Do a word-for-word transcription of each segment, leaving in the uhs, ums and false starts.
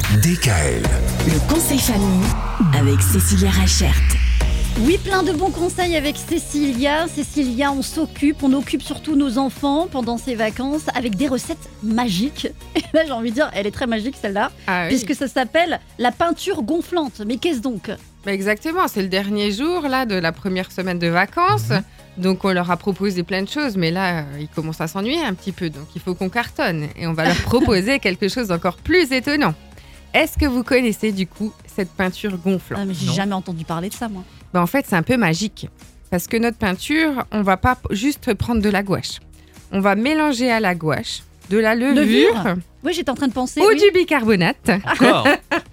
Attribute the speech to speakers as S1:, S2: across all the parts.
S1: D K L.
S2: Le conseil famille avec Cécilia Rachert.
S3: Oui, plein de bons conseils avec Cécilia. Cécilia, on s'occupe, on occupe surtout nos enfants pendant ces vacances avec des recettes magiques. Et là, j'ai envie de dire, elle est très magique celle-là,
S4: Ah oui.
S3: puisque ça s'appelle la peinture gonflante. Mais qu'est-ce donc ?
S4: Bah exactement, c'est le dernier jour là de la première semaine de vacances.
S1: Mhm.
S4: Donc on leur a proposé plein de choses, mais là, euh, ils commencent à s'ennuyer un petit peu. Donc il faut qu'on cartonne et on va leur proposer quelque chose d'encore plus étonnant. Est-ce que vous connaissez du coup cette peinture gonflante ?
S3: Ah, mais j'ai
S1: Non.
S3: jamais entendu parler de ça, moi.
S4: Bah, en fait, c'est un peu magique. Parce que notre peinture, on va pas p- juste prendre de la gouache. On va mélanger à la gouache de la levure,
S3: Levure Oui, j'étais en train de penser.
S4: ou
S3: oui.
S4: du bicarbonate.
S1: Encore.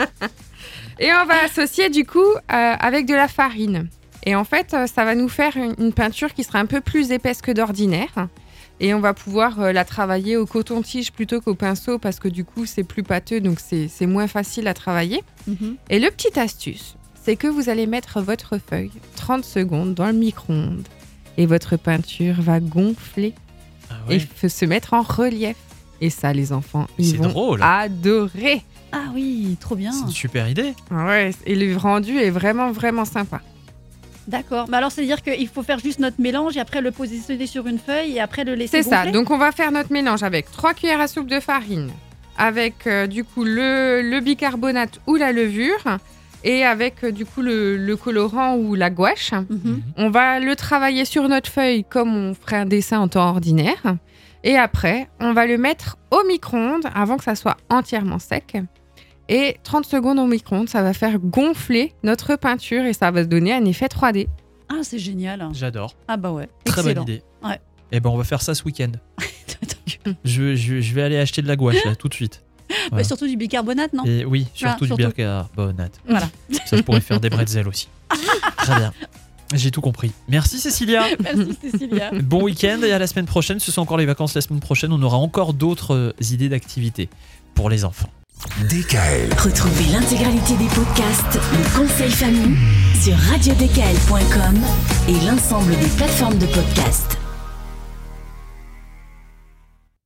S4: Et on va associer du coup euh, avec de la farine. Et en fait, euh, ça va nous faire une, une peinture qui sera un peu plus épaisse que d'ordinaire. Et on va pouvoir euh, la travailler au coton-tige plutôt qu'au pinceau parce que du coup, c'est plus pâteux, donc c'est, c'est moins facile à travailler.
S3: Mhm.
S4: Et le petit astuce, c'est que vous allez mettre votre feuille trente secondes dans le micro-ondes. Et votre peinture va gonfler
S1: Ah
S4: et
S1: ouais.
S4: f- se mettre en relief. Et ça, les enfants, ils
S1: C'est
S4: vont
S1: drôle.
S4: adorer.
S3: Ah oui, trop bien.
S1: C'est une super idée.
S4: Ouais, et le rendu est vraiment, vraiment sympa.
S3: D'accord. Mais alors, c'est-à-dire qu'il faut faire juste notre mélange et après le positionner sur une feuille et après le laisser
S4: C'est ça.
S3: gonfler ?
S4: Donc, on va faire notre mélange avec trois cuillères à soupe de farine, avec euh, du coup le, le bicarbonate ou la levure, et avec euh, du coup le, le colorant ou la gouache.
S3: Mhm.
S4: On va le travailler sur notre feuille comme on ferait un dessin en temps ordinaire. Et après, on va le mettre au micro-ondes avant que ça soit entièrement sec. Et trente secondes au micro-ondes, ça va faire gonfler notre peinture et ça va se donner un effet trois D.
S3: Ah, c'est génial.
S1: J'adore.
S3: Ah bah ouais.
S1: Très
S3: Excellent.
S1: bonne idée.
S3: Ouais.
S1: Et ben on va faire ça ce week-end. je, je, je vais aller acheter de la gouache là tout de suite.
S3: Bah,
S1: Voilà.
S3: surtout du bicarbonate, non ?
S1: Et oui, surtout
S3: Ah,
S1: du
S3: surtout.
S1: bicarbonate.
S3: Voilà.
S1: Ça je pourrais faire des bretzels aussi. Très bien. J'ai tout compris. Merci Cécilia.
S3: Merci Cécilia.
S1: Bon week-end et à la semaine prochaine. Ce sont encore les vacances la semaine prochaine. On aura encore d'autres euh, idées d'activités pour les enfants.
S2: D K L. Retrouvez l'intégralité des podcasts Le Conseil Famille sur radio d k l point com et l'ensemble des plateformes de podcasts.